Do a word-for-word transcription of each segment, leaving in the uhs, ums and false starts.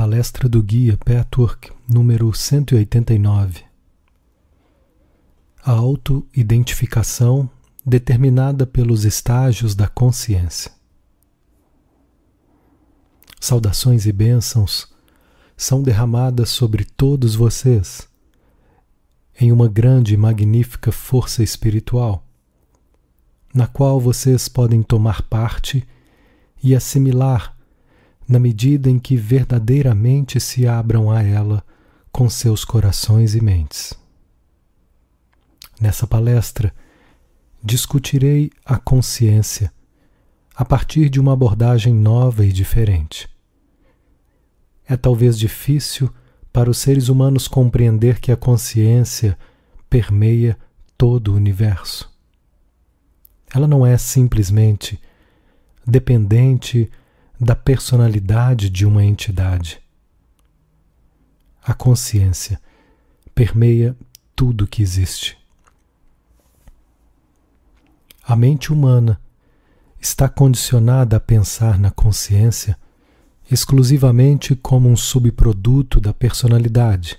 Palestra do Guia Pathwork, número cento e oitenta e nove. A auto-identificação determinada pelos estágios da consciência. Saudações e bênçãos são derramadas sobre todos vocês em uma grande e magnífica força espiritual, na qual vocês podem tomar parte e assimilar na medida em que verdadeiramente se abram a ela com seus corações e mentes. Nessa palestra, discutirei a consciência a partir de uma abordagem nova e diferente. É talvez difícil para os seres humanos compreender que a consciência permeia todo o universo. Ela não é simplesmente dependente da personalidade de uma entidade. A consciência permeia tudo que existe. A mente humana está condicionada a pensar na consciência exclusivamente como um subproduto da personalidade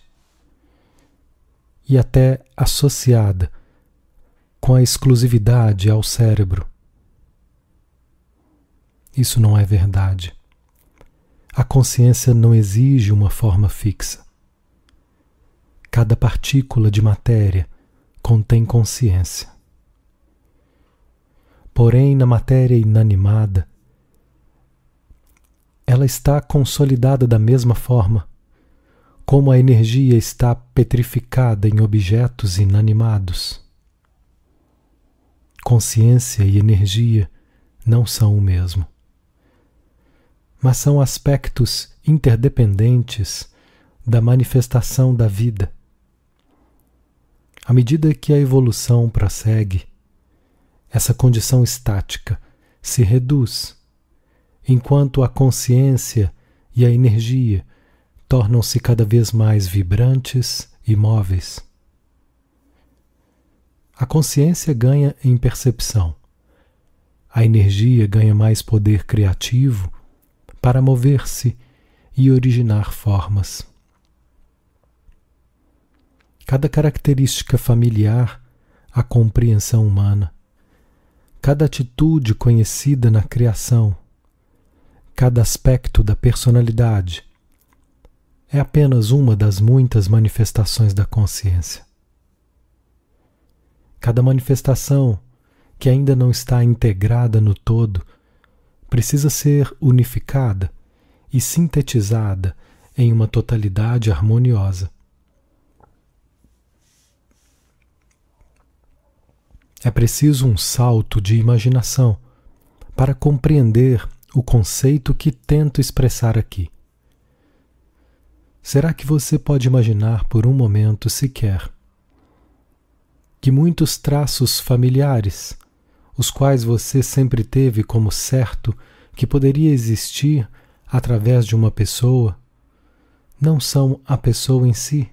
e até associada com a exclusividade ao cérebro. Isso não é verdade. A consciência não exige uma forma fixa. Cada partícula de matéria contém consciência. Porém, na matéria inanimada, ela está consolidada da mesma forma como a energia está petrificada em objetos inanimados. Consciência e energia não são o mesmo, mas são aspectos interdependentes da manifestação da vida. À medida que a evolução prossegue, essa condição estática se reduz, enquanto a consciência e a energia tornam-se cada vez mais vibrantes e móveis. A consciência ganha em percepção. A energia ganha mais poder criativo para mover-se e originar formas. Cada característica familiar à compreensão humana, cada atitude conhecida na criação, cada aspecto da personalidade é apenas uma das muitas manifestações da consciência. Cada manifestação que ainda não está integrada no todo precisa ser unificada e sintetizada em uma totalidade harmoniosa. É preciso um salto de imaginação para compreender o conceito que tento expressar aqui. Será que você pode imaginar por um momento sequer que muitos traços familiares, os quais você sempre teve como certo que poderia existir através de uma pessoa, não são a pessoa em si,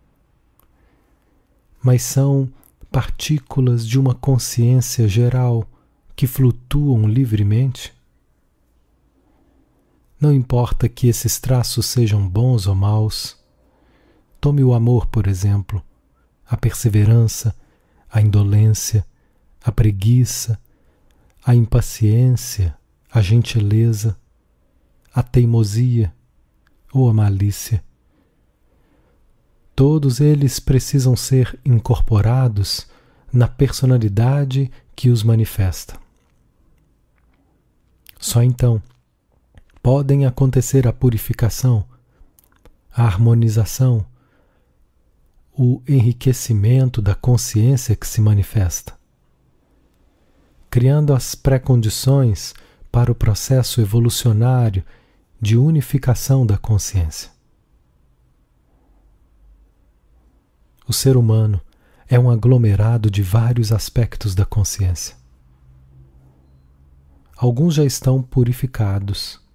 mas são partículas de uma consciência geral que flutuam livremente? Não importa que esses traços sejam bons ou maus. Tome o amor, por exemplo, a perseverança, a indolência, a preguiça, a impaciência, a gentileza, a teimosia ou a malícia. Todos eles precisam ser incorporados na personalidade que os manifesta. Só então podem acontecer a purificação, a harmonização, o enriquecimento da consciência que se manifesta, criando as pré-condições para o processo evolucionário de unificação da consciência. O ser humano é um aglomerado de vários aspectos da consciência. Alguns já estão purificados.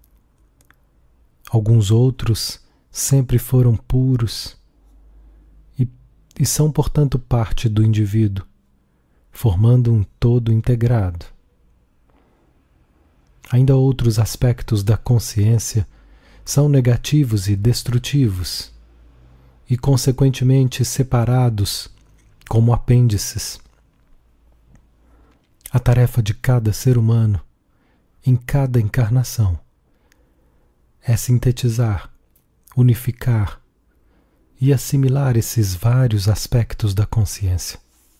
Alguns outros sempre foram puros e, e são, portanto, parte do indivíduo, formando um todo integrado. Ainda outros aspectos da consciência são negativos e destrutivos, e consequentemente separados como apêndices. A tarefa de cada ser humano, em cada encarnação, é sintetizar, unificar e assimilar esses vários aspectos da consciência.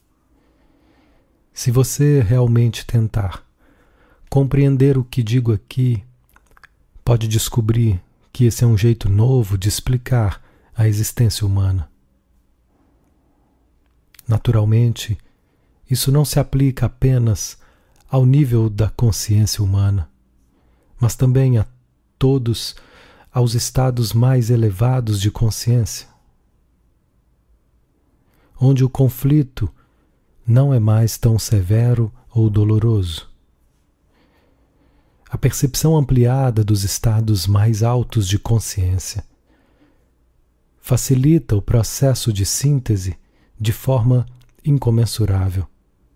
Se você realmente tentar compreender o que digo aqui, pode descobrir que esse é um jeito novo de explicar a existência humana. Naturalmente, isso não se aplica apenas ao nível da consciência humana, mas também a todos aos estados mais elevados de consciência, onde o conflito não é mais tão severo ou doloroso. A percepção ampliada dos estados mais altos de consciência facilita o processo de síntese de forma incomensurável.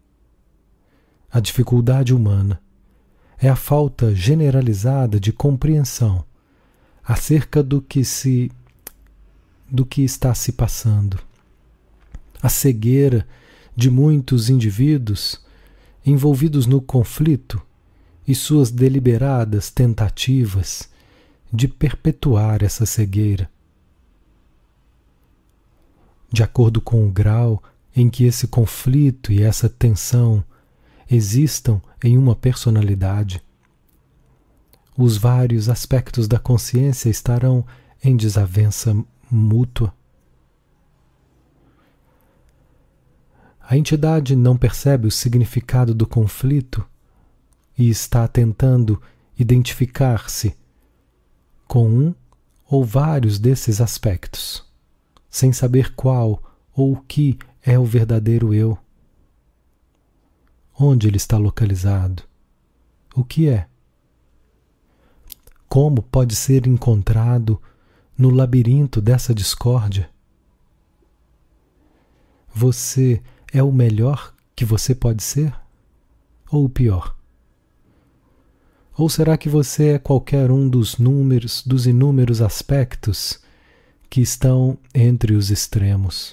A dificuldade humana é a falta generalizada de compreensão acerca do que se do que está se passando. A cegueira de muitos indivíduos envolvidos no conflito e suas deliberadas tentativas de perpetuar essa cegueira. De acordo com o grau em que esse conflito e essa tensão existam em uma personalidade, os vários aspectos da consciência estarão em desavença mútua. A entidade não percebe o significado do conflito e está tentando identificar-se com um ou vários desses aspectos, sem saber qual ou o que é o verdadeiro eu. Onde ele está localizado? O que é? Como pode ser encontrado no labirinto dessa discórdia? Você é o melhor que você pode ser? Ou o pior? Ou será que você é qualquer um dos números, dos inúmeros aspectos que estão entre os extremos?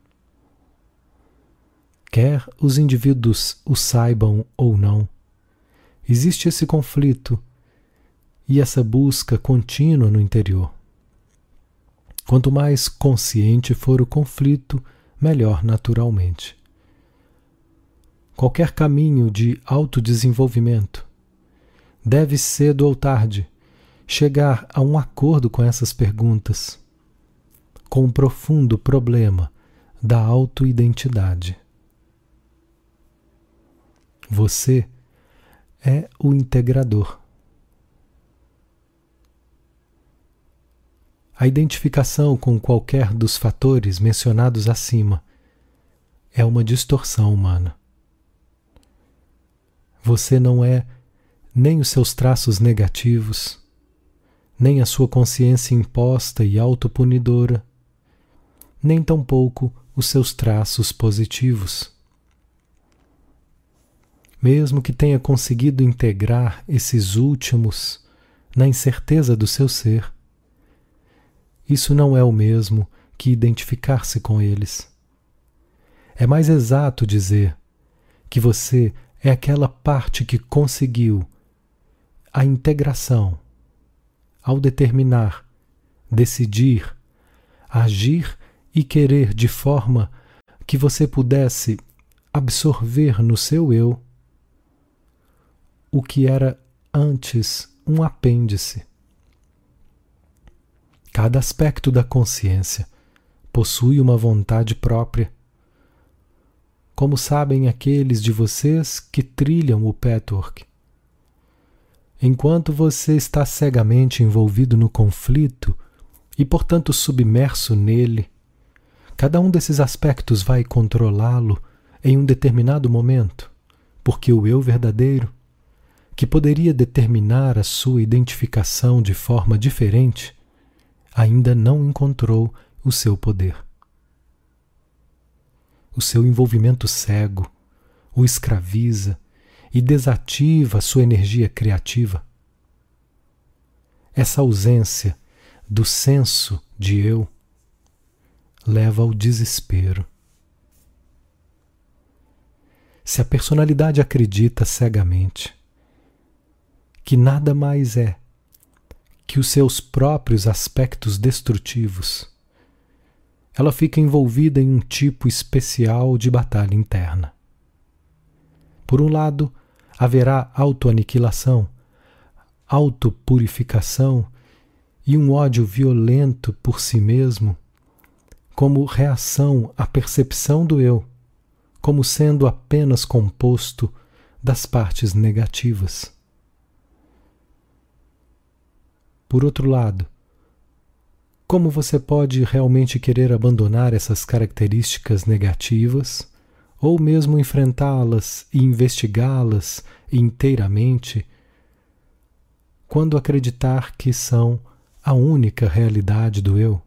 Quer os indivíduos o saibam ou não, existe esse conflito e essa busca contínua no interior. Quanto mais consciente for o conflito, melhor naturalmente. Qualquer caminho de autodesenvolvimento deve cedo ou tarde chegar a um acordo com essas perguntas, com o profundo problema da autoidentidade. Você é o integrador. A identificação com qualquer dos fatores mencionados acima é uma distorção humana. Você não é nem os seus traços negativos, nem a sua consciência imposta e autopunidora, nem tampouco os seus traços positivos. Mesmo que tenha conseguido integrar esses últimos na incerteza do seu ser, isso não é o mesmo que identificar-se com eles. É mais exato dizer que você é aquela parte que conseguiu a integração ao determinar, decidir, agir e querer de forma que você pudesse absorver no seu eu o que era antes um apêndice. Cada aspecto da consciência possui uma vontade própria. Como sabem aqueles de vocês que trilham o patchwork. Enquanto você está cegamente envolvido no conflito e, portanto, submerso nele, cada um desses aspectos vai controlá-lo em um determinado momento, porque o eu verdadeiro, que poderia determinar a sua identificação de forma diferente, ainda não encontrou o seu poder. O seu envolvimento cego o escraviza e desativa a sua energia criativa. Essa ausência do senso de eu leva ao desespero. Se a personalidade acredita cegamente que nada mais é que os seus próprios aspectos destrutivos, ela fica envolvida em um tipo especial de batalha interna. Por um lado, haverá autoaniquilação, autopurificação e um ódio violento por si mesmo, como reação à percepção do eu, como sendo apenas composto das partes negativas. Por outro lado, como você pode realmente querer abandonar essas características negativas, ou mesmo enfrentá-las e investigá-las inteiramente, quando acreditar que são a única realidade do eu?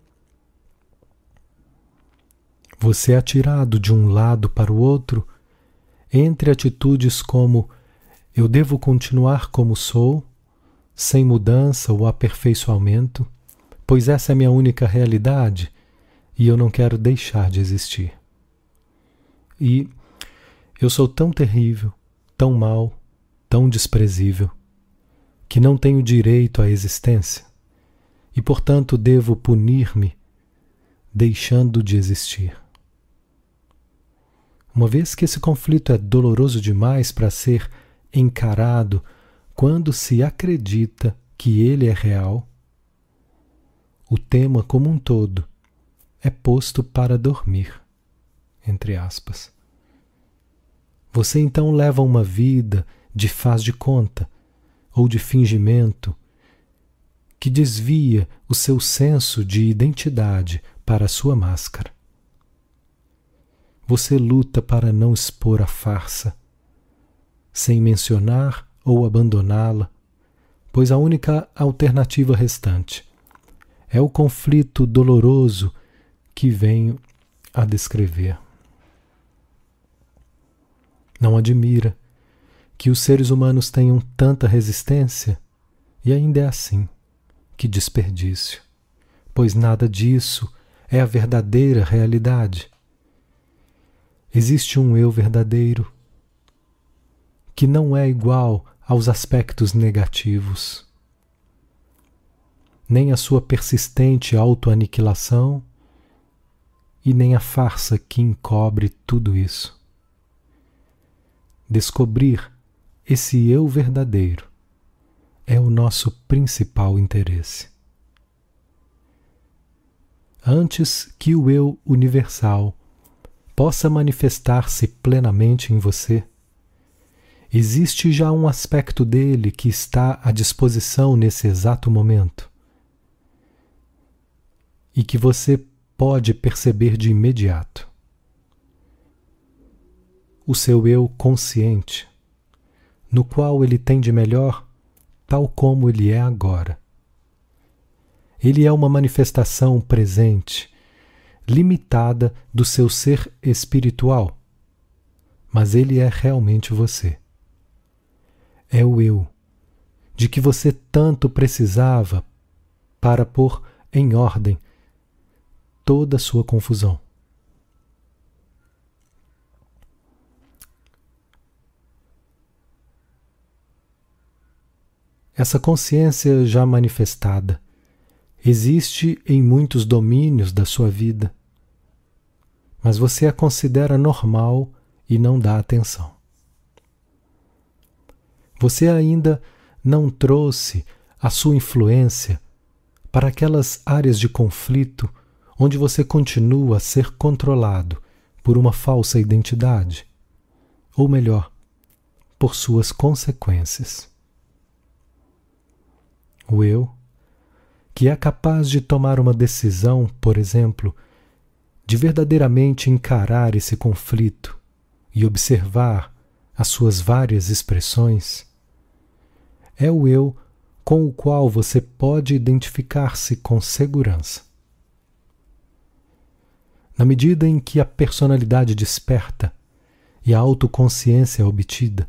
Você é atirado de um lado para o outro entre atitudes como eu devo continuar como sou, sem mudança ou aperfeiçoamento, pois essa é minha única realidade e eu não quero deixar de existir. E eu sou tão terrível, tão mau, tão desprezível, que não tenho direito à existência e, portanto, devo punir-me deixando de existir. Uma vez que esse conflito é doloroso demais para ser encarado quando se acredita que ele é real, o tema como um todo é posto para dormir, entre aspas. Você então leva uma vida de faz de conta ou de fingimento que desvia o seu senso de identidade para a sua máscara. Você luta para não expor a farsa, sem mencionar ou abandoná-la, pois a única alternativa restante é o conflito doloroso que venho a descrever. Não admira que os seres humanos tenham tanta resistência e ainda é assim. Que desperdício, pois nada disso é a verdadeira realidade. Existe um eu verdadeiro que não é igual aos aspectos negativos, nem a sua persistente autoaniquilação e nem a farsa que encobre tudo isso. Descobrir esse eu verdadeiro é o nosso principal interesse. Antes que o eu universal possa manifestar-se plenamente em você, existe já um aspecto dele que está à disposição nesse exato momento e que você pode perceber de imediato. O seu eu consciente, no qual ele tem de melhor, tal como ele é agora. Ele é uma manifestação presente, limitada do seu ser espiritual, mas ele é realmente você. É o eu, de que você tanto precisava para pôr em ordem toda a sua confusão. Essa consciência já manifestada existe em muitos domínios da sua vida, mas você a considera normal e não dá atenção. Você ainda não trouxe a sua influência para aquelas áreas de conflito onde você continua a ser controlado por uma falsa identidade, ou melhor, por suas consequências. O eu, que é capaz de tomar uma decisão, por exemplo, de verdadeiramente encarar esse conflito e observar as suas várias expressões, é o eu com o qual você pode identificar-se com segurança. Na medida em que a personalidade desperta e a autoconsciência é obtida,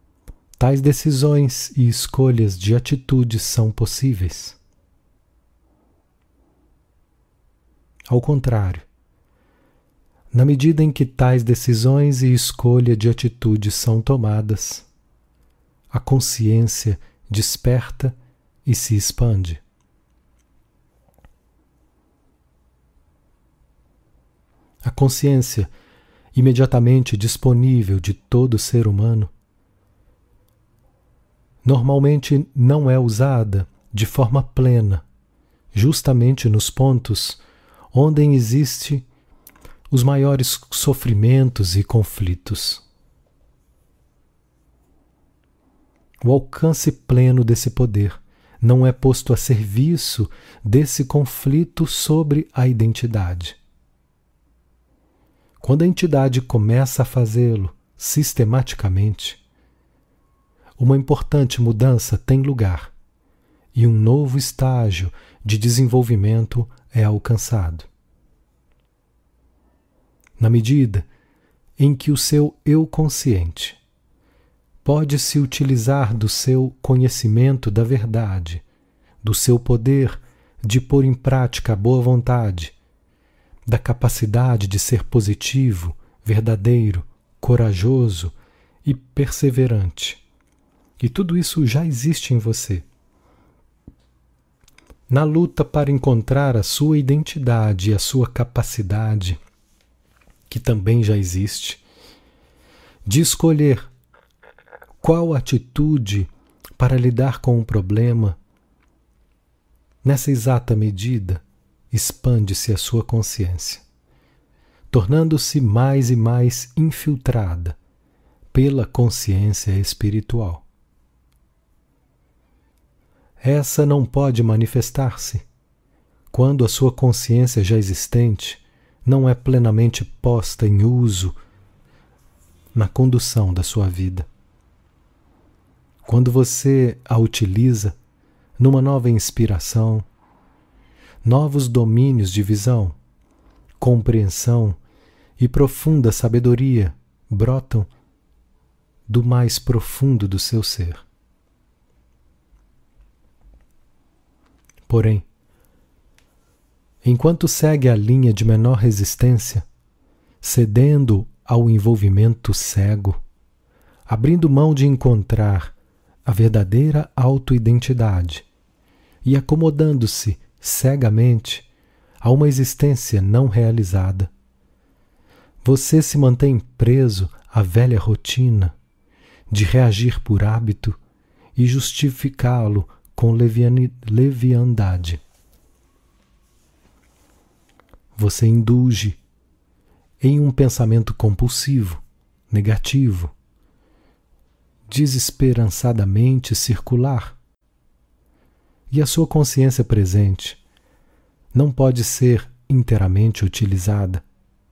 tais decisões e escolhas de atitudes são possíveis. Ao contrário, na medida em que tais decisões e escolha de atitudes são tomadas, a consciência desperta e se expande. A consciência, imediatamente disponível de todo ser humano, normalmente não é usada de forma plena, justamente nos pontos onde existe os maiores sofrimentos e conflitos. O alcance pleno desse poder não é posto a serviço desse conflito sobre a identidade. Quando a entidade começa a fazê-lo sistematicamente, uma importante mudança tem lugar e um novo estágio de desenvolvimento é alcançado. Na medida em que o seu eu consciente pode se utilizar do seu conhecimento da verdade, do seu poder de pôr em prática a boa vontade, da capacidade de ser positivo, verdadeiro, corajoso e perseverante. E tudo isso já existe em você. Na luta para encontrar a sua identidade e a sua capacidade, que também já existe, de escolher qual atitude para lidar com o problema, nessa exata medida, expande-se a sua consciência, tornando-se mais e mais infiltrada pela consciência espiritual. Essa não pode manifestar-se quando a sua consciência já existente não é plenamente posta em uso na condução da sua vida. Quando você a utiliza numa nova inspiração, novos domínios de visão, compreensão e profunda sabedoria brotam do mais profundo do seu ser. Porém, enquanto segue a linha de menor resistência, cedendo ao envolvimento cego, abrindo mão de encontrar a verdadeira autoidentidade e acomodando-se cegamente a uma existência não realizada, você se mantém preso à velha rotina de reagir por hábito e justificá-lo com leviandade. Você indulge em um pensamento compulsivo, negativo, desesperançadamente circular, e a sua consciência presente não pode ser inteiramente utilizada.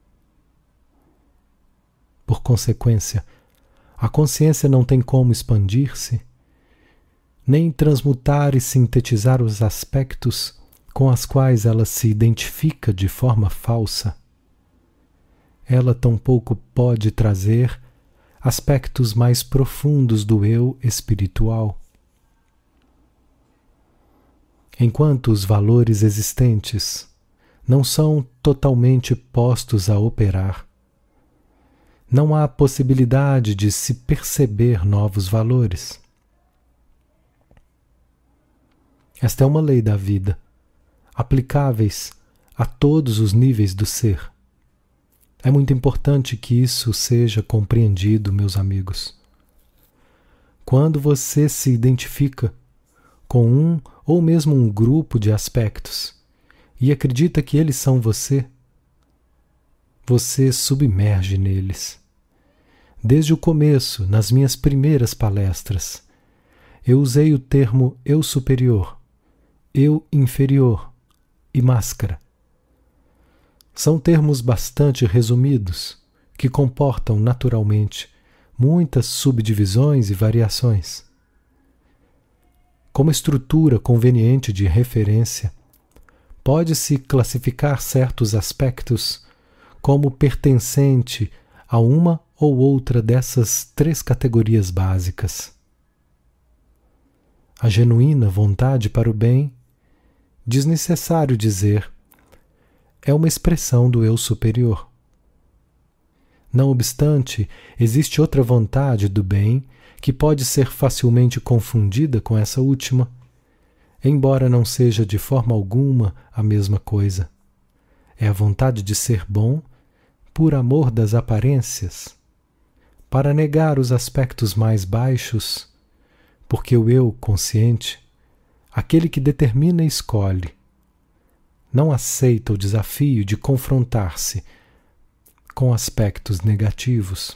Por consequência, a consciência não tem como expandir-se, nem transmutar e sintetizar os aspectos com os quais ela se identifica de forma falsa. Ela tampouco pode trazer aspectos mais profundos do eu espiritual. Enquanto os valores existentes não são totalmente postos a operar, não há possibilidade de se perceber novos valores. Esta é uma lei da vida, aplicáveis a todos os níveis do ser. É muito importante que isso seja compreendido, meus amigos. Quando você se identifica com um ou mesmo um grupo de aspectos e acredita que eles são você, você submerge neles. Desde o começo, nas minhas primeiras palestras, eu usei o termo eu superior, eu inferior e máscara. São termos bastante resumidos, que comportam naturalmente muitas subdivisões e variações. Como estrutura conveniente de referência, pode-se classificar certos aspectos como pertencente a uma ou outra dessas três categorias básicas. A genuína vontade para o bem, desnecessário dizer, é uma expressão do eu superior. Não obstante, existe outra vontade do bem que pode ser facilmente confundida com essa última, embora não seja de forma alguma a mesma coisa. É a vontade de ser bom por amor das aparências, para negar os aspectos mais baixos, porque o eu consciente, aquele que determina e escolhe, não aceita o desafio de confrontar-se com aspectos negativos.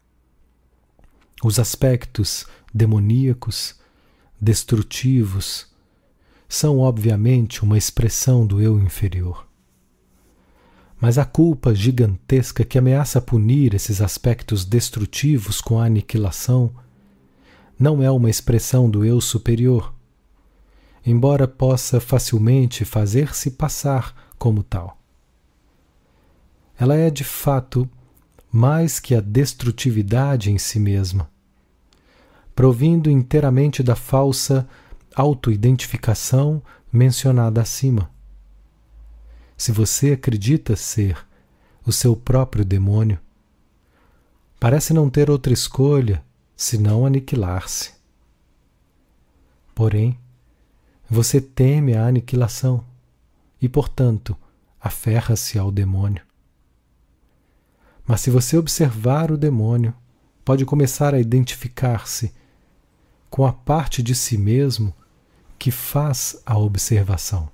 Os aspectos demoníacos, destrutivos, são obviamente uma expressão do eu inferior. Mas a culpa gigantesca que ameaça punir esses aspectos destrutivos com a aniquilação não é uma expressão do eu superior, embora possa facilmente fazer-se passar como tal. Ela é, de fato, mais que a destrutividade em si mesma, provindo inteiramente da falsa autoidentificação mencionada acima. Se você acredita ser o seu próprio demônio, parece não ter outra escolha senão aniquilar-se. Porém, você teme a aniquilação e, portanto, aferra-se ao demônio. Mas se você observar o demônio, pode começar a identificar-se com a parte de si mesmo que faz a observação.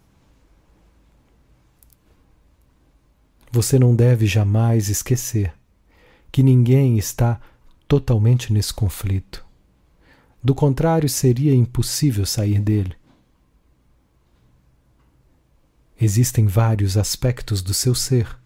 Você não deve jamais esquecer que ninguém está totalmente nesse conflito. Do contrário, seria impossível sair dele. Existem vários aspectos do seu ser,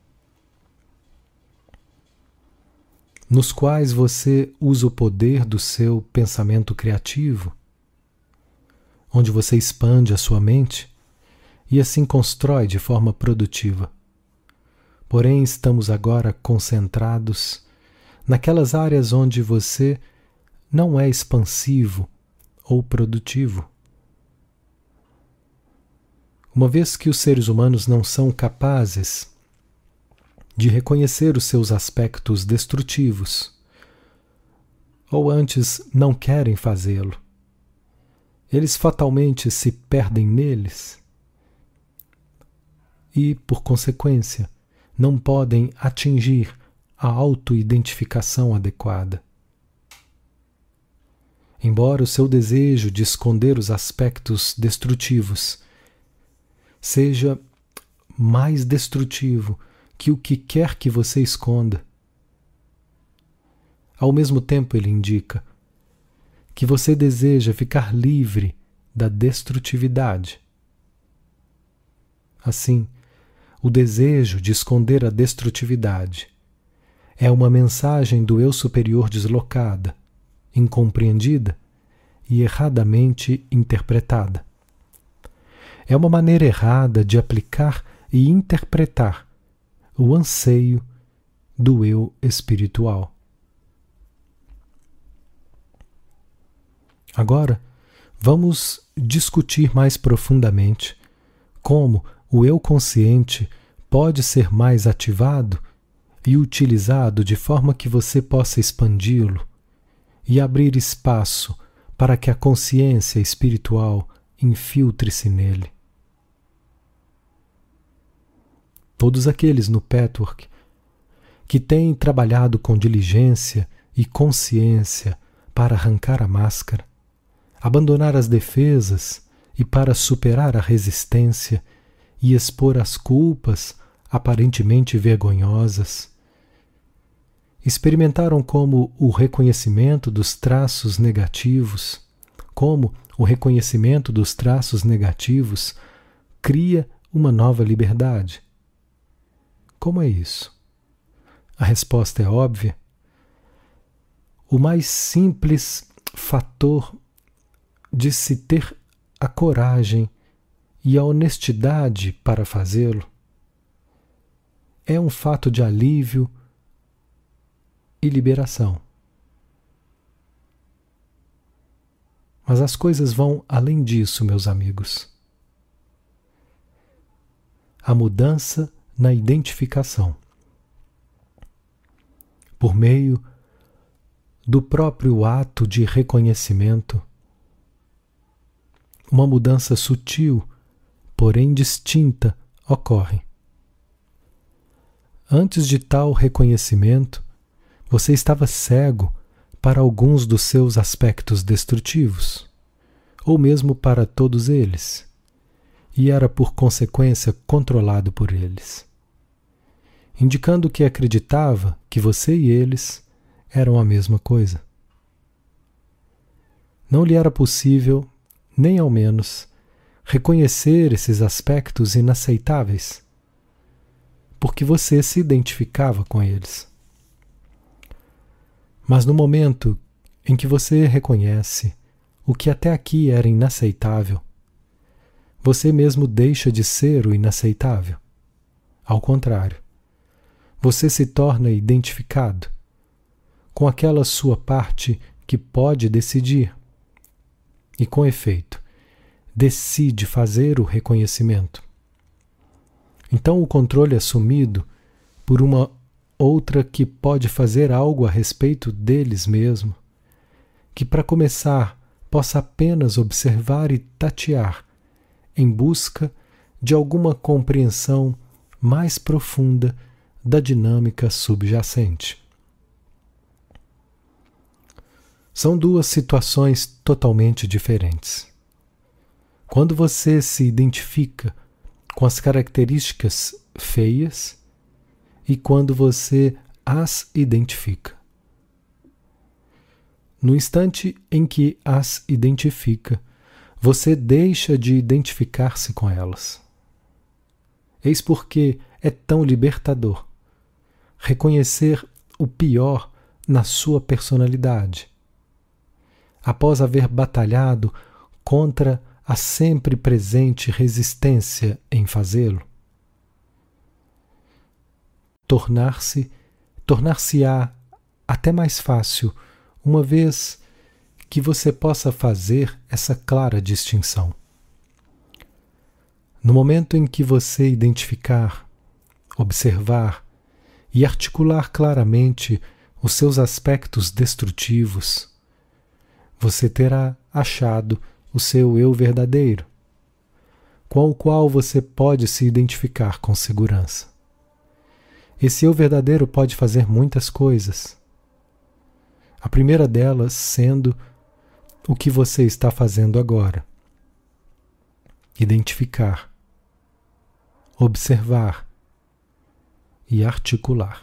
nos quais você usa o poder do seu pensamento criativo, onde você expande a sua mente e assim constrói de forma produtiva. Porém, estamos agora concentrados naquelas áreas onde você não é expansivo ou produtivo. Uma vez que os seres humanos não são capazes de reconhecer os seus aspectos destrutivos, ou antes não querem fazê-lo, eles fatalmente se perdem neles e, por consequência, não podem atingir a autoidentificação adequada. Embora o seu desejo de esconder os aspectos destrutivos seja mais destrutivo que o que quer que você esconda, ao mesmo tempo ele indica que você deseja ficar livre da destrutividade. Assim, o desejo de esconder a destrutividade é uma mensagem do eu superior deslocada, incompreendida e erradamente interpretada. É uma maneira errada de aplicar e interpretar o anseio do eu espiritual. Agora, vamos discutir mais profundamente como o eu consciente pode ser mais ativado e utilizado de forma que você possa expandi-lo e abrir espaço para que a consciência espiritual infiltre-se nele. Todos aqueles no Patchwork que têm trabalhado com diligência e consciência para arrancar a máscara, abandonar as defesas e para superar a resistência e expor as culpas aparentemente vergonhosas, experimentaram como o reconhecimento dos traços negativos, como o reconhecimento dos traços negativos cria uma nova liberdade. Como é isso? A resposta é óbvia. O mais simples fator de se ter a coragem e a honestidade para fazê-lo é um fato de alívio e liberação. Mas as coisas vão além disso, meus amigos. a mudança na identificação. Por meio do próprio ato de reconhecimento, uma mudança sutil, porém distinta, ocorre. Antes de tal reconhecimento, você estava cego para alguns dos seus aspectos destrutivos, ou mesmo para todos eles, e era por consequência controlado por eles, indicando que acreditava que você e eles eram a mesma coisa. Não lhe era possível, nem ao menos, reconhecer esses aspectos inaceitáveis, porque você se identificava com eles. Mas no momento em que você reconhece o que até aqui era inaceitável, você mesmo deixa de ser o inaceitável. Ao contrário, você se torna identificado com aquela sua parte que pode decidir e, com efeito, decide fazer o reconhecimento. Então o controle é assumido por uma outra que pode fazer algo a respeito deles mesmo, que para começar possa apenas observar e tatear em busca de alguma compreensão mais profunda da dinâmica subjacente. São duas situações totalmente diferentes. Quando você se identifica com as características feias e quando você as identifica. No instante em que as identifica, você deixa de identificar-se com elas. Eis porque é tão libertador reconhecer o pior na sua personalidade, após haver batalhado contra a sempre presente resistência em fazê-lo. Tornar-se, tornar-se-á até mais fácil, uma vez que você possa fazer essa clara distinção. No momento em que você identificar, observar e articular claramente os seus aspectos destrutivos, você terá achado o seu eu verdadeiro, com o qual você pode se identificar com segurança. Esse eu verdadeiro pode fazer muitas coisas. A primeira delas sendo o que você está fazendo agora. Identificar, observar e articular.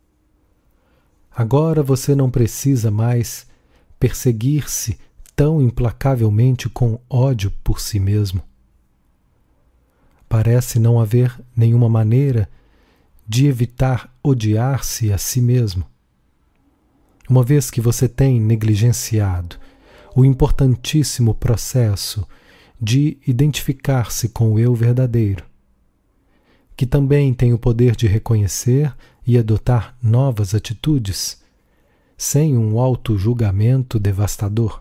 Agora você não precisa mais perseguir-se tão implacavelmente com ódio por si mesmo. Parece não haver nenhuma maneira de evitar odiar-se a si mesmo, uma vez que você tem negligenciado o importantíssimo processo de identificar-se com o eu verdadeiro, que também tem o poder de reconhecer e adotar novas atitudes, sem um auto-julgamento devastador.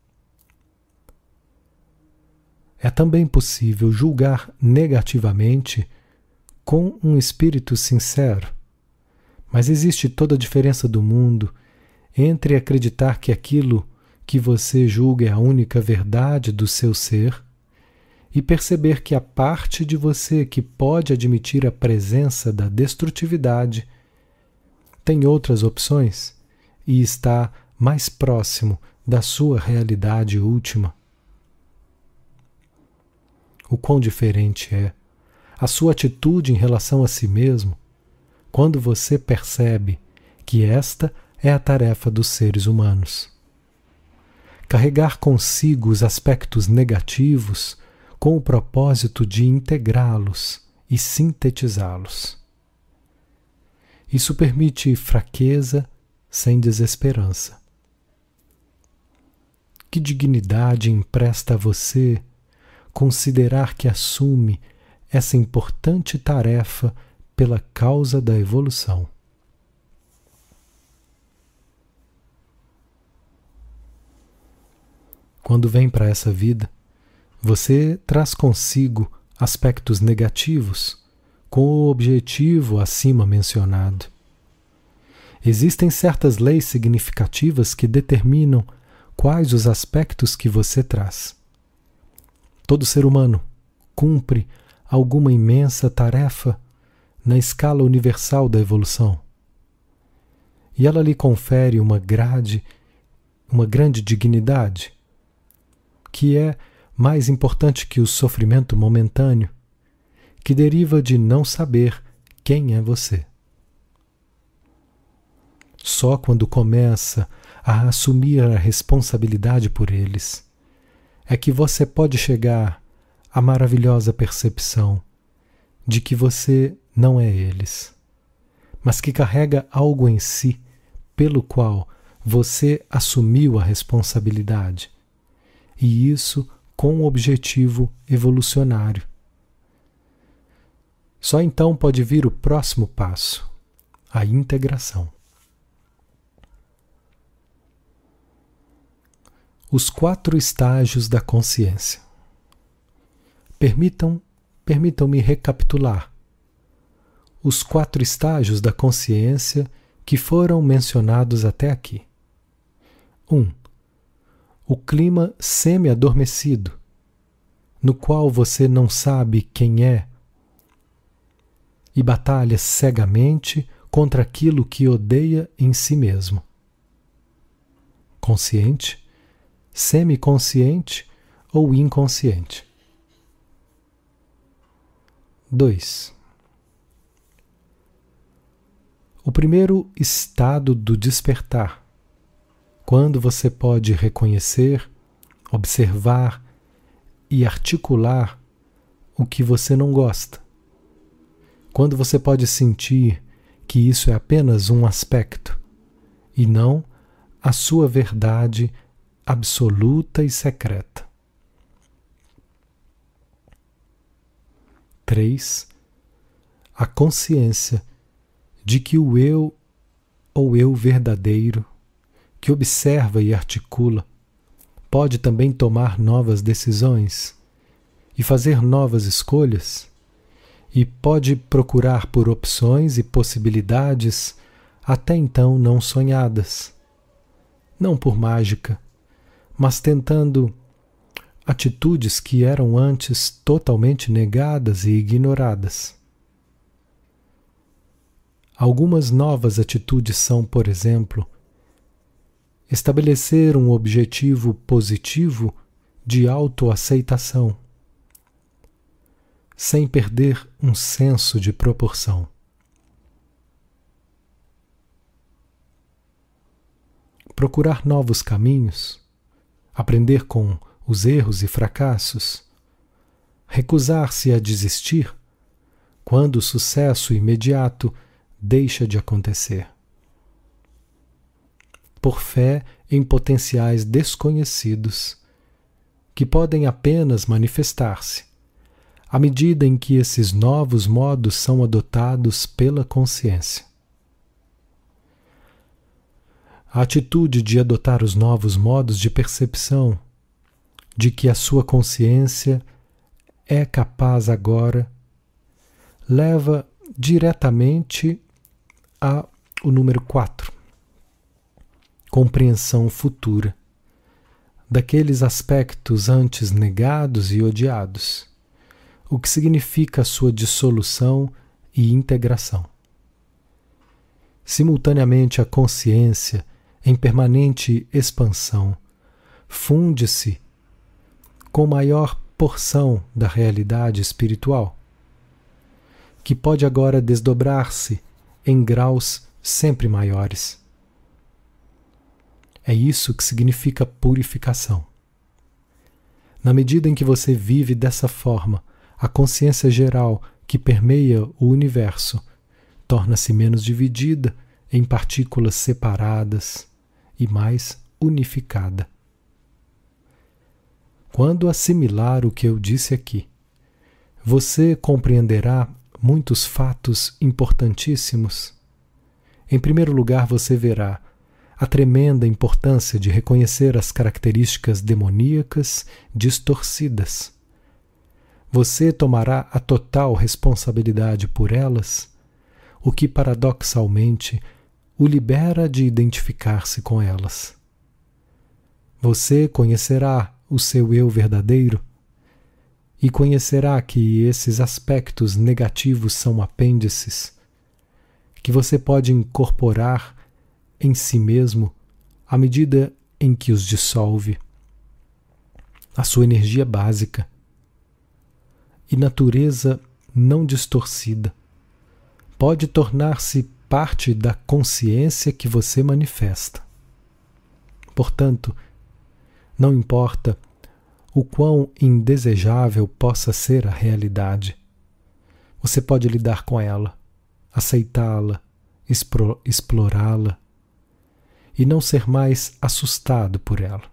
É também possível julgar negativamente com um espírito sincero, mas existe toda a diferença do mundo entre acreditar que aquilo que você julga é a única verdade do seu ser e perceber que a parte de você que pode admitir a presença da destrutividade tem outras opções e está mais próximo da sua realidade última. O quão diferente é a sua atitude em relação a si mesmo quando você percebe que esta é a tarefa dos seres humanos. Carregar consigo os aspectos negativos com o propósito de integrá-los e sintetizá-los. Isso permite fraqueza sem desesperança. Que dignidade empresta a você considerar que assume essa importante tarefa pela causa da evolução. Quando vem para essa vida, você traz consigo aspectos negativos com o objetivo acima mencionado. Existem certas leis significativas que determinam quais os aspectos que você traz. Todo ser humano cumpre alguma imensa tarefa na escala universal da evolução. E ela lhe confere uma grade, uma grande dignidade, que é mais importante que o sofrimento momentâneo, que deriva de não saber quem é você. Só quando começa a assumir a responsabilidade por eles é que você pode chegar à maravilhosa percepção de que você não é eles, mas que carrega algo em si pelo qual você assumiu a responsabilidade, e isso com um objetivo evolucionário. Só então pode vir o próximo passo, a integração. Os quatro estágios da consciência. Permitam, permitam-me recapitular os quatro estágios da consciência que foram mencionados até aqui. um. O clima semi-adormecido, no qual você não sabe quem é e batalha cegamente contra aquilo que odeia em si mesmo. Consciente, semiconsciente ou inconsciente. dois. O primeiro estado do despertar, quando você pode reconhecer, observar e articular o que você não gosta. Quando você pode sentir que isso é apenas um aspecto e não a sua verdade absoluta e secreta. três. A consciência de que o eu ou eu verdadeiro, que observa e articula, pode também tomar novas decisões e fazer novas escolhas, e pode procurar por opções e possibilidades até então não sonhadas, não por mágica, mas tentando atitudes que eram antes totalmente negadas e ignoradas. Algumas novas atitudes são, por exemplo, estabelecer um objetivo positivo de autoaceitação, sem perder um senso de proporção. Procurar novos caminhos, aprender com os erros e fracassos, recusar-se a desistir quando o sucesso imediato deixa de acontecer. Por fé em potenciais desconhecidos, que podem apenas manifestar-se à medida em que esses novos modos são adotados pela consciência. A atitude de adotar os novos modos de percepção, de que a sua consciência é capaz agora, leva diretamente ao número quatro. Compreensão futura daqueles aspectos antes negados e odiados, o que significa a sua dissolução e integração. Simultaneamente, a consciência, em permanente expansão, funde-se com maior porção da realidade espiritual, que pode agora desdobrar-se em graus sempre maiores. É isso que significa purificação. Na medida em que você vive dessa forma, a consciência geral que permeia o universo torna-se menos dividida em partículas separadas e mais unificada. Quando assimilar o que eu disse aqui, você compreenderá muitos fatos importantíssimos. Em primeiro lugar, você verá a tremenda importância de reconhecer as características demoníacas distorcidas você tomará a total responsabilidade por elas, o que paradoxalmente o libera de identificar-se com elas. Você conhecerá o seu eu verdadeiro e conhecerá que esses aspectos negativos são apêndices, que você pode incorporar em si mesmo à medida em que os dissolve. A sua energia básica e natureza não distorcida pode tornar-se parte da consciência que você manifesta. Portanto, não importa o quão indesejável possa ser a realidade, você pode lidar com ela, aceitá-la, explorá-la e não ser mais assustado por ela.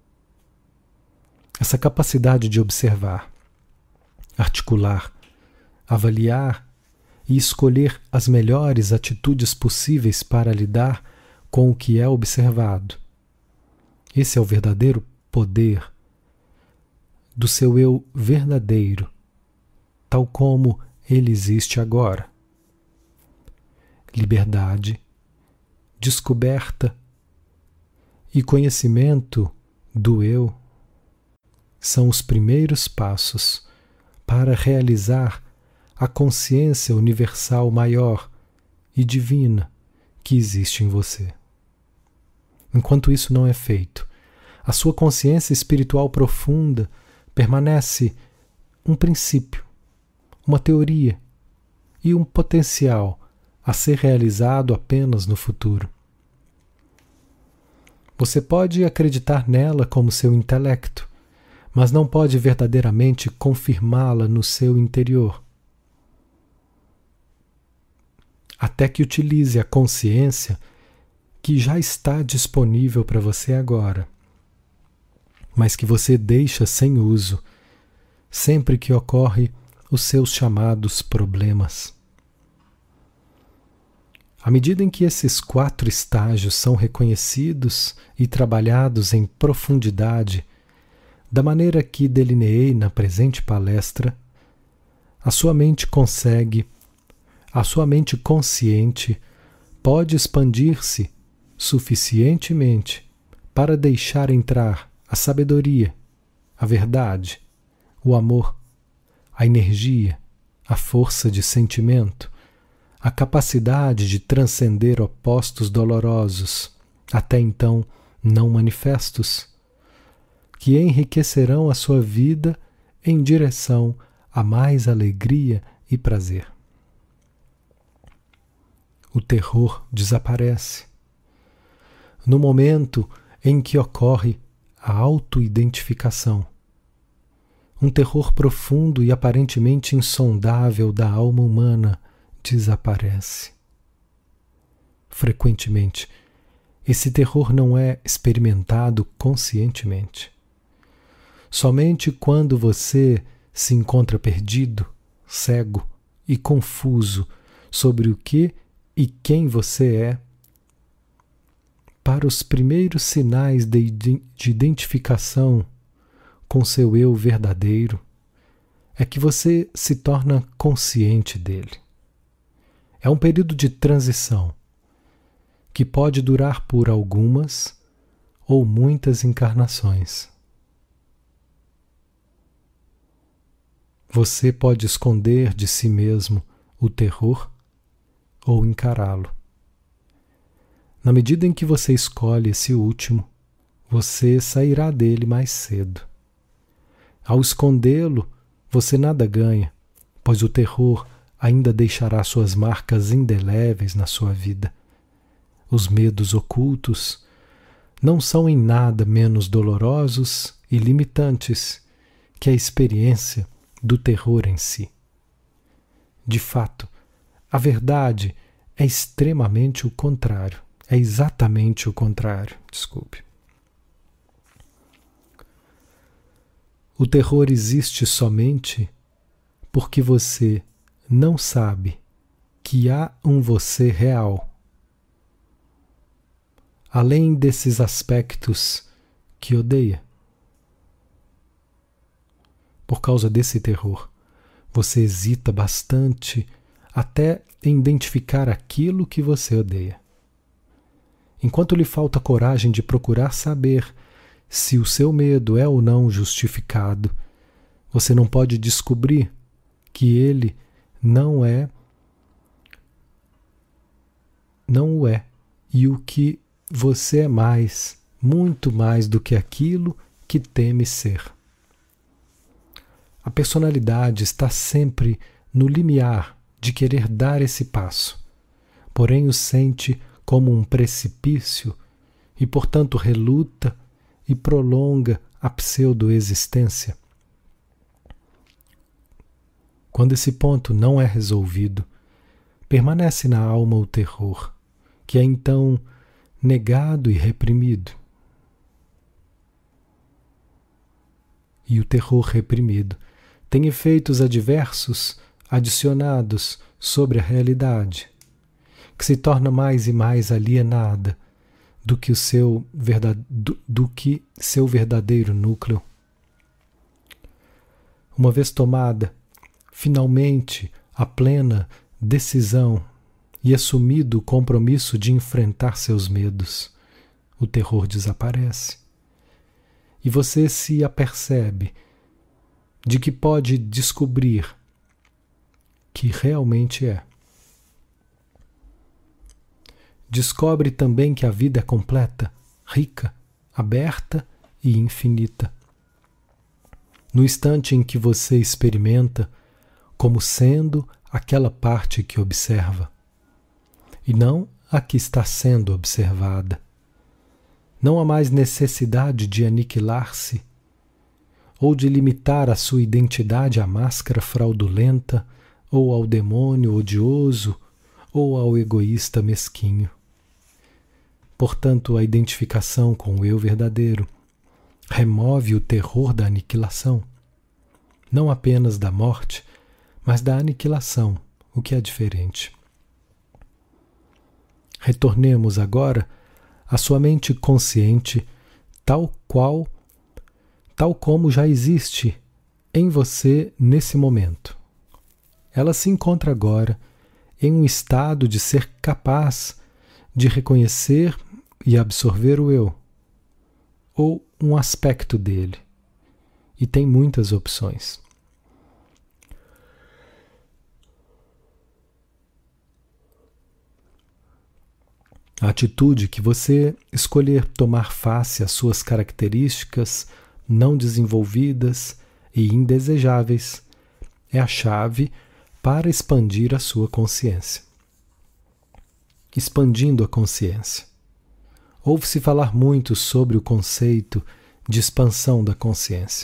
Essa capacidade de observar, articular, avaliar e escolher as melhores atitudes possíveis para lidar com o que é observado. Esse é o verdadeiro poder do seu eu verdadeiro, tal como ele existe agora. Liberdade, descoberta e conhecimento do eu são os primeiros passos para realizar a consciência universal maior e divina que existe em você. Enquanto isso não é feito, a sua consciência espiritual profunda permanece um princípio, uma teoria e um potencial a ser realizado apenas no futuro. Você pode acreditar nela como seu intelecto, mas não pode verdadeiramente confirmá-la no seu interior. Até que utilize a consciência que já está disponível para você agora, mas que você deixa sem uso sempre que ocorre os seus chamados problemas. À medida em que esses quatro estágios são reconhecidos e trabalhados em profundidade, da maneira que delineei na presente palestra, a sua mente consegue, a sua mente consciente pode expandir-se suficientemente para deixar entrar a sabedoria, a verdade, o amor, a energia, a força de sentimento, a capacidade de transcender opostos dolorosos, até então não manifestos, que enriquecerão a sua vida em direção a mais alegria e prazer. O terror desaparece. No momento em que ocorre a autoidentificação, um terror profundo e aparentemente insondável da alma humana desaparece. Frequentemente, esse terror não é experimentado conscientemente. Somente quando você se encontra perdido, cego e confuso sobre o que e quem você é, para os primeiros sinais de, de identificação com seu eu verdadeiro, é que você se torna consciente dele. É um período de transição que pode durar por algumas ou muitas encarnações. Você pode esconder de si mesmo o terror ou encará-lo. Na medida em que você escolhe esse último, você sairá dele mais cedo. Ao escondê-lo, você nada ganha, pois o terror ainda deixará suas marcas indeléveis na sua vida. Os medos ocultos não são em nada menos dolorosos e limitantes que a experiência do terror em si. De fato, a verdade é extremamente o contrário. É exatamente o contrário, desculpe. O terror existe somente porque você não sabe que há um você real. Além desses aspectos que odeia. por causa desse terror. Você hesita bastante até em identificar aquilo que você odeia. Enquanto lhe falta coragem de procurar saber se o seu medo é ou não justificado, você não pode descobrir que ele não é, não o é, e o que você é mais, muito mais do que aquilo que teme ser. A personalidade está sempre no limiar de querer dar esse passo, porém o sente como um precipício e, portanto, reluta e prolonga a pseudo-existência. Quando esse ponto não é resolvido, permanece na alma o terror, que é então negado e reprimido. E o terror reprimido tem efeitos adversos adicionados sobre a realidade, que se torna mais e mais alienada do que o seu verdade... do, do que seu verdadeiro núcleo. Uma vez tomada, finalmente, a plena decisão e assumido o compromisso de enfrentar seus medos, o terror desaparece. E você se apercebe de que pode descobrir que realmente é. Descobre também que a vida é completa, rica, aberta e infinita. No instante em que você experimenta como sendo aquela parte que observa, e não a que está sendo observada. Não há mais necessidade de aniquilar-se ou de limitar a sua identidade à máscara fraudulenta ou ao demônio odioso ou ao egoísta mesquinho. Portanto, a identificação com o eu verdadeiro remove o terror da aniquilação, não apenas da morte, mas da aniquilação, o que é diferente. Retornemos agora à sua mente consciente, tal qual, tal como já existe em você nesse momento. Ela se encontra agora em um estado de ser capaz de reconhecer e absorver o eu, ou um aspecto dele, e tem muitas opções. A atitude que você escolher tomar face às suas características não desenvolvidas e indesejáveis é a chave para expandir a sua consciência. Expandindo a consciência. Ouve-se falar muito sobre o conceito de expansão da consciência.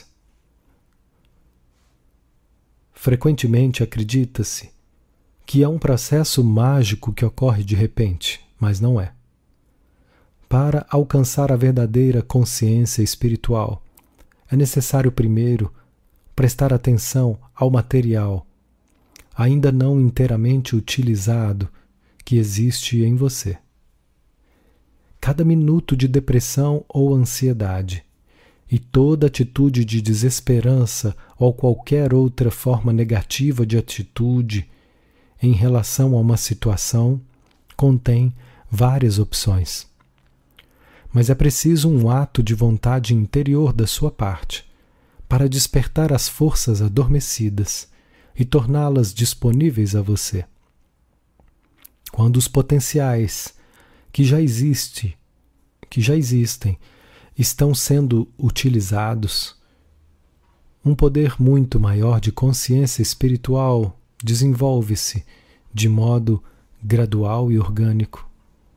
Frequentemente acredita-se que é um processo mágico que ocorre de repente, mas não é. Para alcançar a verdadeira consciência espiritual, é necessário primeiro prestar atenção ao material, ainda não inteiramente utilizado, que existe em você. Cada minuto de depressão ou ansiedade e toda atitude de desesperança ou qualquer outra forma negativa de atitude em relação a uma situação contém várias opções. Mas é preciso um ato de vontade interior da sua parte para despertar as forças adormecidas e torná-las disponíveis a você. Quando os potenciais que já existe, que já existem estão sendo utilizados, um poder muito maior de consciência espiritual desenvolve-se de modo gradual e orgânico.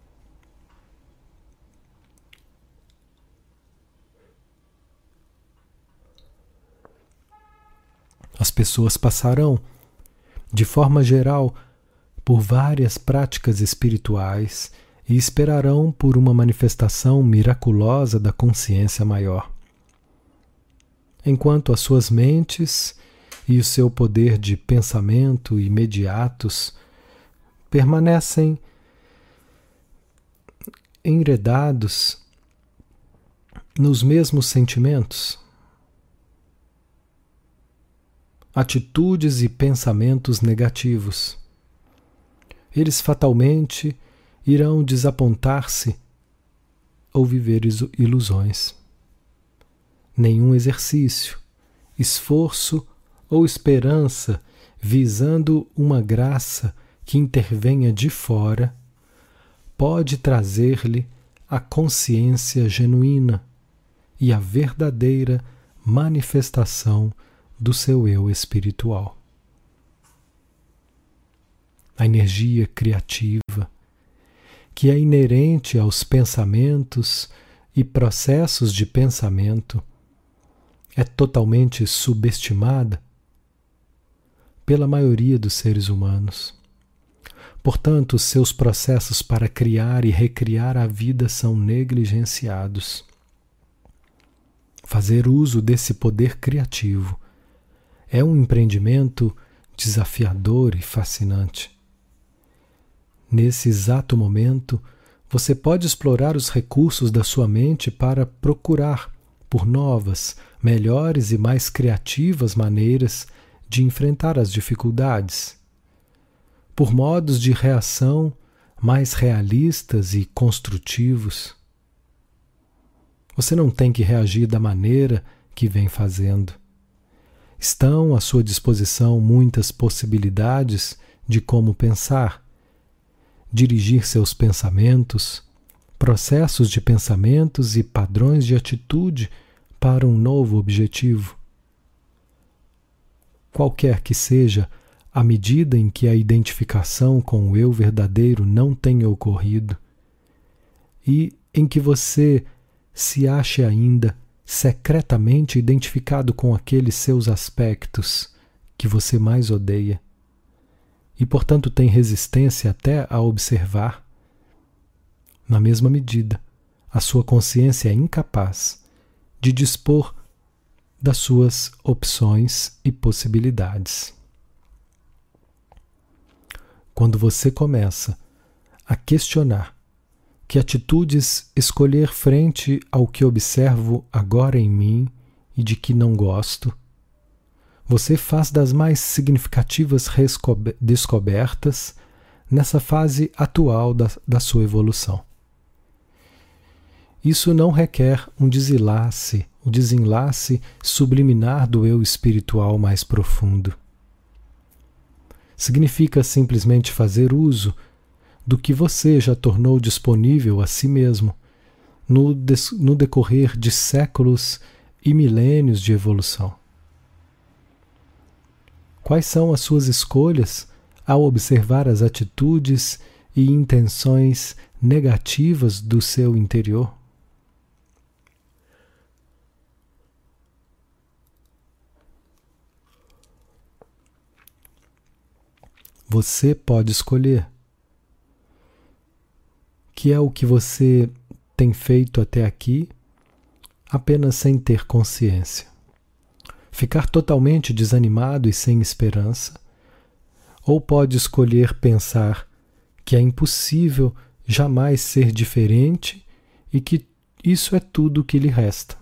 As pessoas passarão, de forma geral, por várias práticas espirituais e esperarão por uma manifestação miraculosa da consciência maior. Enquanto as suas mentes e o seu poder de pensamento imediatos permanecem enredados nos mesmos sentimentos, atitudes e pensamentos negativos. Eles fatalmente irão desapontar-se ou viver ilusões. Nenhum exercício, esforço ou esperança visando uma graça que intervenha de fora pode trazer-lhe a consciência genuína e a verdadeira manifestação do seu eu espiritual. A energia criativa, que é inerente aos pensamentos e processos de pensamento, é totalmente subestimada pela maioria dos seres humanos. Portanto, seus processos para criar e recriar a vida são negligenciados. Fazer uso desse poder criativo é um empreendimento desafiador e fascinante. Nesse exato momento, você pode explorar os recursos da sua mente para procurar por novas, melhores e mais criativas maneiras de enfrentar as dificuldades, por modos de reação mais realistas e construtivos. Você não tem que reagir da maneira que vem fazendo. Estão à sua disposição muitas possibilidades de como pensar, dirigir seus pensamentos, processos de pensamentos e padrões de atitude para um novo objetivo. Qualquer que seja a medida em que a identificação com o eu verdadeiro não tenha ocorrido e em que você se ache ainda secretamente identificado com aqueles seus aspectos que você mais odeia e, portanto, tem resistência até a observar, na mesma medida, a sua consciência é incapaz de dispor das suas opções e possibilidades. Quando você começa a questionar que atitudes escolher frente ao que observo agora em mim e de que não gosto, você faz das mais significativas descobertas nessa fase atual da, da sua evolução. Isso não requer um desenlace, um desenlace subliminar do eu espiritual mais profundo. Significa simplesmente fazer uso do que você já tornou disponível a si mesmo no, des, no decorrer de séculos e milênios de evolução. Quais são as suas escolhas ao observar as atitudes e intenções negativas do seu interior? Você pode escolher, que é o que você tem feito até aqui, apenas sem ter consciência. Ficar totalmente desanimado e sem esperança, ou pode escolher pensar que é impossível jamais ser diferente e que isso é tudo o que lhe resta.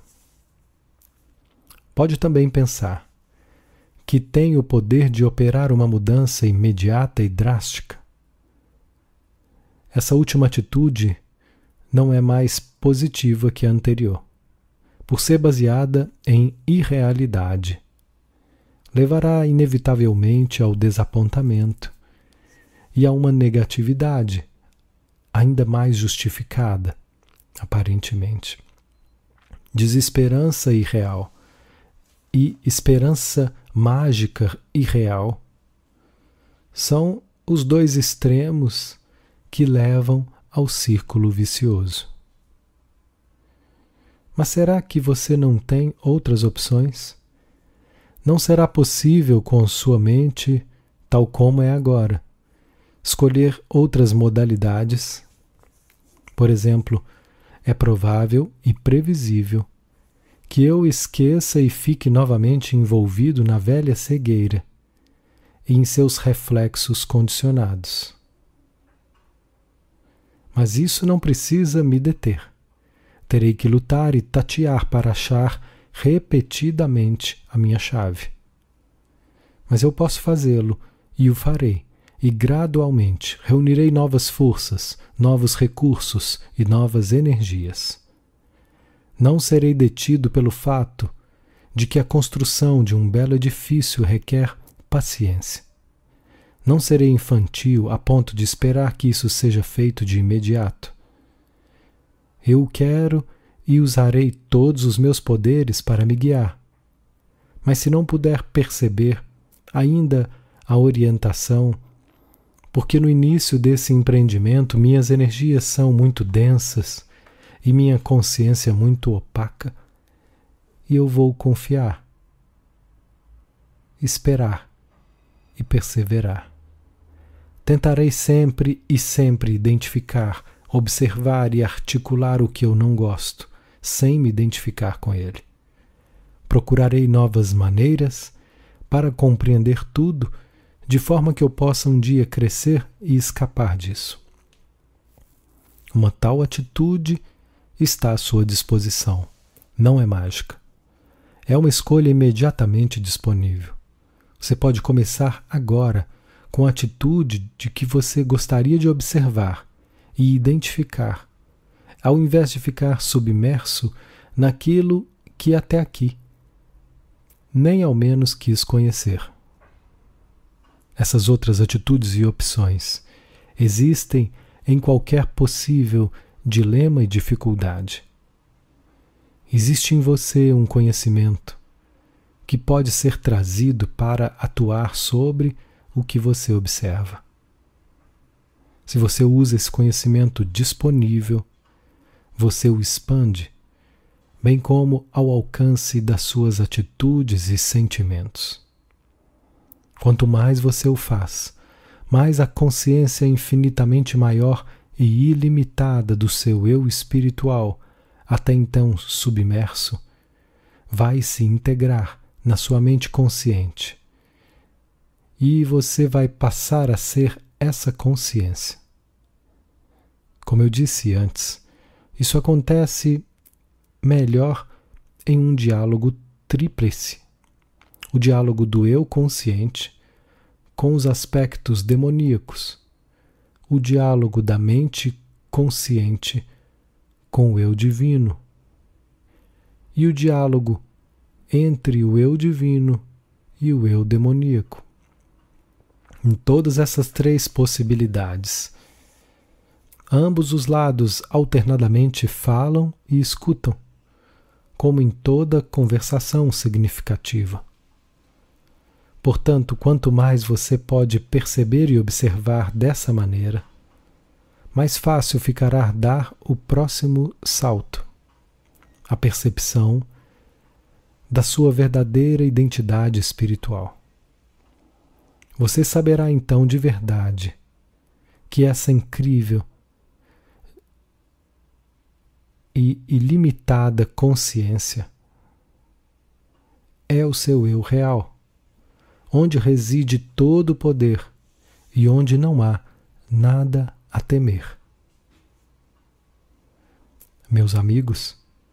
Pode também pensar que tem o poder de operar uma mudança imediata e drástica. Essa última atitude não é mais positiva que a anterior, por ser baseada em irrealidade. Levará inevitavelmente ao desapontamento e a uma negatividade ainda mais justificada, aparentemente. Desesperança irreal e esperança mágica e real são os dois extremos que levam ao círculo vicioso. Mas será que você não tem outras opções? Não será possível com sua mente, tal como é agora, escolher outras modalidades? Por exemplo, é provável e previsível que eu esqueça e fique novamente envolvido na velha cegueira e em seus reflexos condicionados. Mas isso não precisa me deter. Terei que lutar e tatear para achar repetidamente a minha chave. mas eu posso fazê-lo e o farei, e gradualmente reunirei novas forças, novos recursos e novas energias. Não serei detido pelo fato de que a construção de um belo edifício requer paciência. Não serei infantil a ponto de esperar que isso seja feito de imediato. Eu quero e usarei todos os meus poderes para me guiar. Mas se não puder perceber ainda a orientação, porque no início desse empreendimento minhas energias são muito densas e minha consciência muito opaca, e eu vou confiar, esperar e perseverar. Tentarei sempre e sempre identificar, observar e articular o que eu não gosto, sem me identificar com ele. Procurarei novas maneiras para compreender tudo, de forma que eu possa um dia crescer e escapar disso. Uma tal atitude está à sua disposição. Não é mágica. É uma escolha imediatamente disponível. Você pode começar agora com a atitude de que você gostaria de observar e identificar, ao invés de ficar submerso naquilo que até aqui nem ao menos quis conhecer. Essas outras atitudes e opções existem em qualquer possível dilema e dificuldade. Existe em você um conhecimento que pode ser trazido para atuar sobre o que você observa. Se você usa esse conhecimento disponível, você o expande, bem como ao alcance das suas atitudes e sentimentos. Quanto mais você o faz, mais a consciência infinitamente maior e ilimitada do seu eu espiritual, até então submerso, vai se integrar na sua mente consciente. E você vai passar a ser essa consciência. Como eu disse antes, isso acontece melhor em um diálogo tríplice. O diálogo do eu consciente com os aspectos demoníacos. O diálogo da mente consciente com o eu divino. E o diálogo entre o eu divino e o eu demoníaco. Em todas essas três possibilidades, ambos os lados alternadamente falam e escutam, como em toda conversação significativa. Portanto, quanto mais você pode perceber e observar dessa maneira, mais fácil ficará dar o próximo salto, a percepção da sua verdadeira identidade espiritual. Você saberá então de verdade que essa incrível e ilimitada consciência é o seu eu real, onde reside todo o poder e onde não há nada a temer. Meus amigos,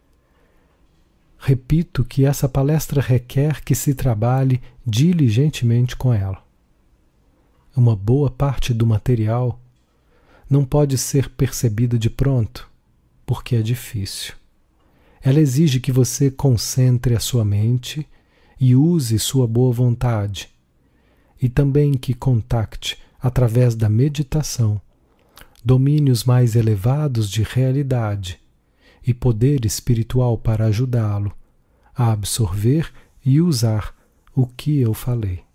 repito que essa palestra requer que se trabalhe diligentemente com ela. Uma boa parte do material não pode ser percebida de pronto, porque é difícil. Ela exige que você concentre a sua mente e use sua boa vontade, e também que contacte, através da meditação, domínios mais elevados de realidade e poder espiritual para ajudá-lo a absorver e usar o que eu falei.